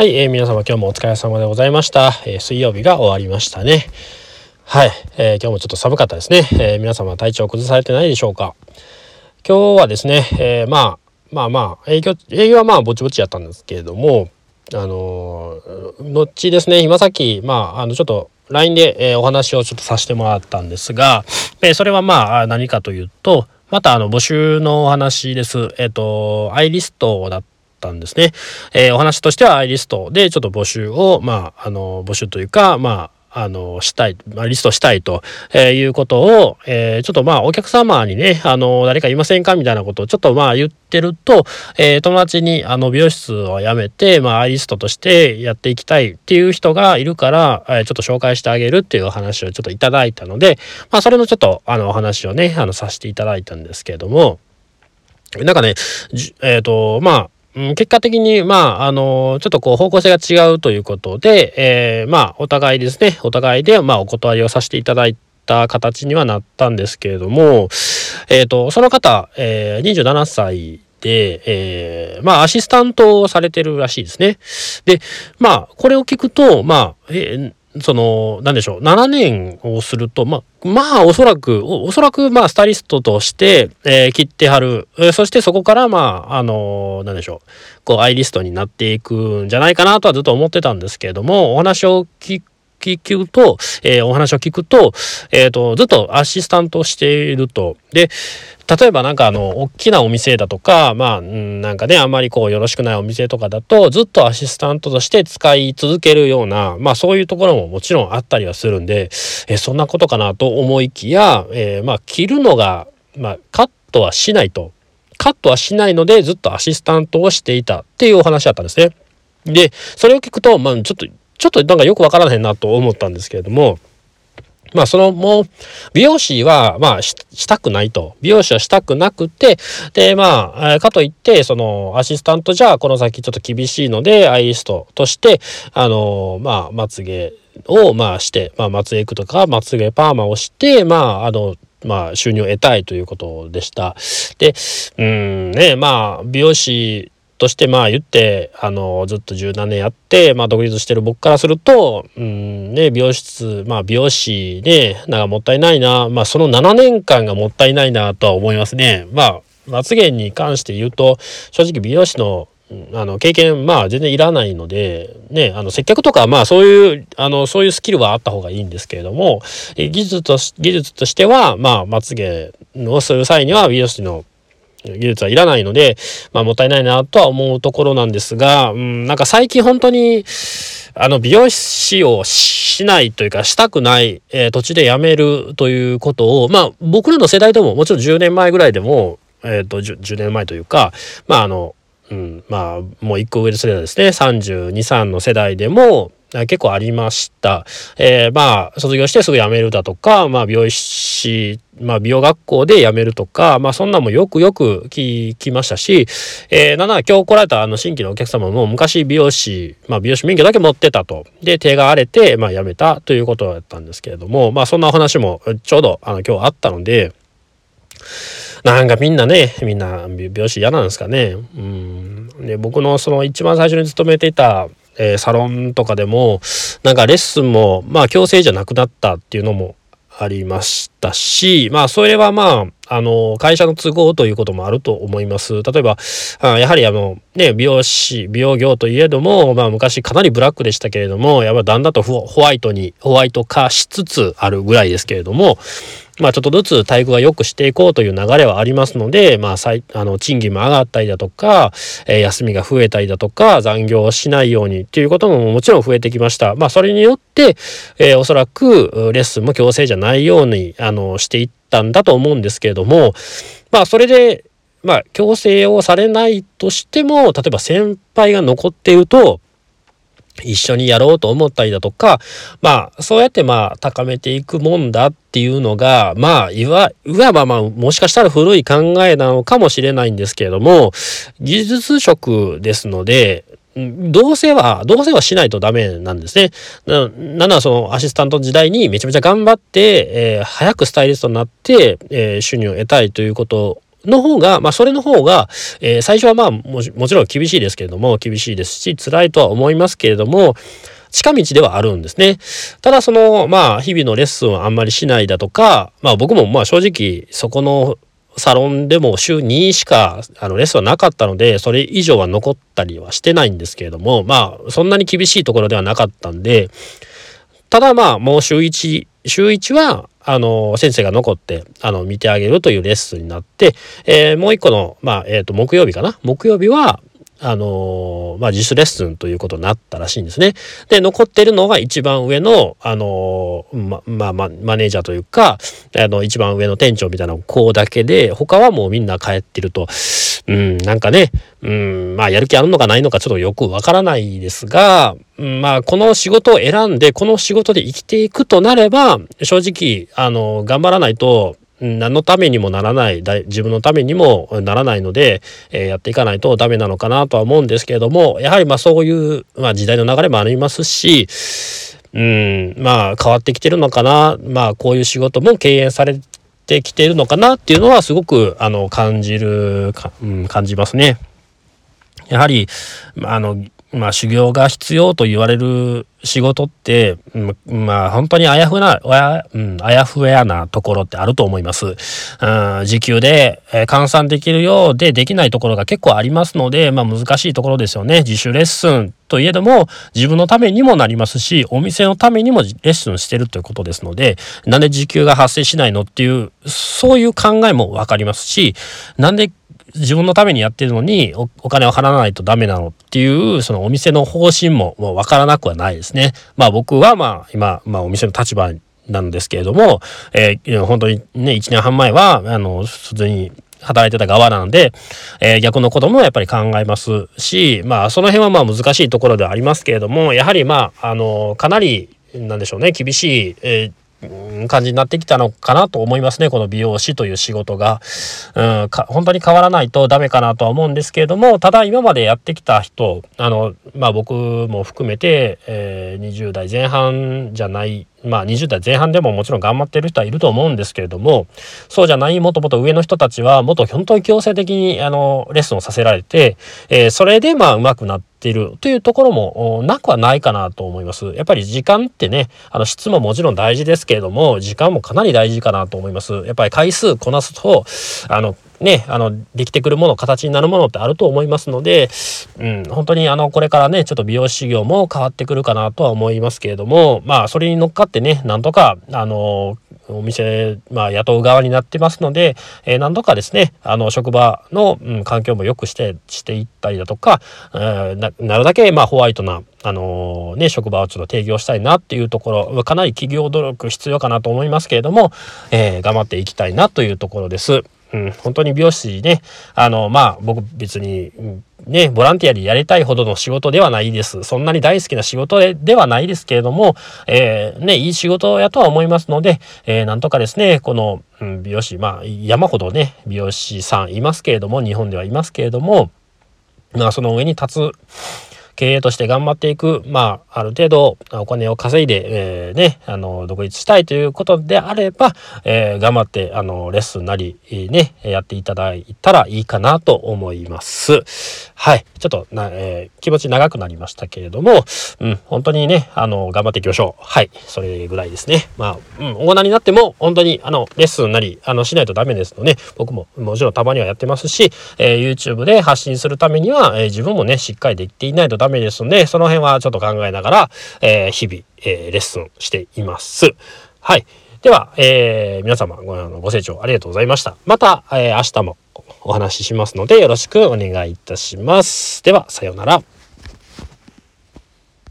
はい、皆様今日もお疲れ様でございました。水曜日が終わりましたね。はい、今日もちょっと寒かったですね。皆様体調崩されてないでしょうか。今日はですね、営業はぼちぼちやったんですけれども、後ですね、今さっきちょっと LINE で、お話をちょっとさせてもらったんですが、それは何かというと、また募集のお話です。アイリストだったんですね。お話としてはアイリストでちょっと募集を募集というかしたい、リストしたいということを、ちょっとお客様にね、誰かいませんかみたいなことをちょっと言ってると、友達に美容室を辞めて、アイリストとしてやっていきたいっていう人がいるから、ちょっと紹介してあげるっていうお話をちょっといただいたので、それのちょっとお話をね、させていただいたんですけれども、なんかね、結果的にちょっとこう方向性が違うということで、お互いですね、お互いでお断りをさせていただいた形にはなったんですけれども、その方、27歳で、アシスタントをされてるらしいですね。で、これを聞くと、なんでしょう、7年をすると、おそらく、スタイリストとして、切ってはる。そしてそこから、なんでしょう、こう、アイリストになっていくんじゃないかなとはずっと思ってたんですけれども、お話を聞くと、ずっとアシスタントをしていると。で、例えば大きなお店だとか、あんまりこうよろしくないお店とかだと、ずっとアシスタントとして使い続けるような、そういうところももちろんあったりはするんで、そんなことかなと思いきや、切るのが、カットはしないので、ずっとアシスタントをしていたっていうお話だったんですね。で、それを聞くと、ちょっとなんかよくわからないなと思ったんですけれども、もう、美容師は、したくないと。美容師はしたくなくて、で、かといって、アシスタントじゃ、この先ちょっと厳しいので、アイリストとして、まつげを、して、まつげとか、まつげパーマをして、収入を得たいということでした。で、美容師として言ってずっと十何年やって独立してる僕からすると美容師ねもったいないなその7年間がもったいないなとは思いますね。まつげに関して言うと正直美容師の経験全然いらないのでね接客とかそういうスキルはあった方がいいんですけれども技術としてはまつげをする際には美容師の技術はいらないので、もったいないなとは思うところなんですが、最近本当に、美容師をしないというか、したくない、途中で辞めるということを、僕らの世代でも、もちろん10年前ぐらいでも、10年前というか、もう一個上の世代ですね、32、3の世代でも、結構ありました。卒業してすぐ辞めるだとか、美容学校で辞めるとか、そんなんもよく聞きましたし、なんなら今日来られた新規のお客様も昔美容師免許だけ持ってたと。で、手が荒れて、辞めたということだったんですけれども、そんなお話もちょうど今日あったので、みんな美容師嫌なんですかね。で、僕の一番最初に勤めていたサロンとかでもレッスンも強制じゃなくなったっていうのもありましたしそれは会社の都合ということもあると思います。例えばやはり美容業といえども昔かなりブラックでしたけれどもやっぱだんだんとホワイト化しつつあるぐらいですけれどもちょっとずつ待遇が良くしていこうという流れはありますので、賃金も上がったりだとか、休みが増えたりだとか、残業をしないようにっていうことももちろん増えてきました。それによって、おそらくレッスンも強制じゃないように、していったんだと思うんですけれども、それで、強制をされないとしても、例えば先輩が残っていると、一緒にやろうと思ったりだとかそうやって高めていくもんだっていうのがいわばもしかしたら古い考えなのかもしれないんですけれども技術職ですのでどうせはしないとダメなんですね。なんならアシスタント時代にめちゃめちゃ頑張って、早くスタイリストになって、収入を得たいということの方が、それの方が、最初はもちろん厳しいですけれども、厳しいですし、辛いとは思いますけれども、近道ではあるんですね。ただ日々のレッスンをあんまりしないだとか、僕も正直そこのサロンでも週2しかレッスンはなかったので、それ以上は残ったりはしてないんですけれども、そんなに厳しいところではなかったんで、ただもう週1は先生が残って見てあげるというレッスンになって、もう一個の木曜日は自主レッスンということになったらしいんですね。で、残ってるのが一番上のマネージャーというか一番上の店長みたいな子だけで、他はもうみんな帰ってると、なんかね、やる気あるのかないのかちょっとよくわからないですが、この仕事を選んでこの仕事で生きていくとなれば、正直頑張らないと何のためにもならない、自分のためにもならないので、やっていかないとダメなのかなとは思うんですけれども、やはりそういう、時代の流れもありますし、変わってきてるのかな、こういう仕事も敬遠されてきているのかなっていうのはすごく感じますね。やはり修行が必要と言われる仕事って、本当にあやふやなところってあると思います。時給で、換算できるようでできないところが結構ありますので、難しいところですよね。自主レッスンといえども自分のためにもなりますし、お店のためにもレッスンしてるということですので、なんで時給が発生しないのっていう、そういう考えもわかりますし、なんで自分のためにやってるのにお金を払わないとダメなのっていう、そのお店の方針もわからなくはないですね。僕は今お店の立場なんですけれども、本当にね1年半前は普通に働いてた側なので、逆のこともやっぱり考えますし、その辺は難しいところではありますけれども、やはりかなりなんでしょうね、厳しい、感じになってきたのかなと思いますね。この美容師という仕事が、本当に変わらないとダメかなとは思うんですけれども、ただ今までやってきた人、僕も含めて、20代前半じゃない20代前半でももちろん頑張ってる人はいると思うんですけれども、そうじゃないもともと上の人たちはもっと本当に強制的にレッスンをさせられて、それで上手くなっているというところもなくはないかなと思います。やっぱり時間ってね、質ももちろん大事ですけれども、時間もかなり大事かなと思います。やっぱり回数こなすとできてくるもの、形になるものってあると思いますので、本当にこれからねちょっと美容師業も変わってくるかなとは思いますけれども、それに乗っかってね、なんとかお店、雇う側になってますので、なんとかですね職場の、環境も良くしていったりだとか、なるだけホワイトな職場をちょっと提供したいなっていうところ、かなり企業努力必要かなと思いますけれども、頑張っていきたいなというところです。本当に美容師ね、僕別に、ボランティアでやりたいほどの仕事ではないです。そんなに大好きな仕事ではないですけれども、いい仕事やとは思いますので、なんとかですね、この、美容師、山ほどね、美容師さんいますけれども、日本ではいますけれども、その上に立つ経営として頑張っていく、ある程度お金を稼いで、独立したいということであれば、頑張ってレッスンなりやっていただいたらいいかなと思います。はい、ちょっと気持ち長くなりましたけれども、本当にね頑張っていきましょう。はい、それぐらいですね。大人になっても本当にレッスンなりしないとダメですので、僕ももちろんたまにはやってますし、YouTube で発信するためには、自分もねしっかりできていないとダメですので、その辺はちょっと考えながら、日々、レッスンしています。はい、では、皆様ご清聴ありがとうございました。また、明日もお話ししますのでよろしくお願いいたします。ではさようなら。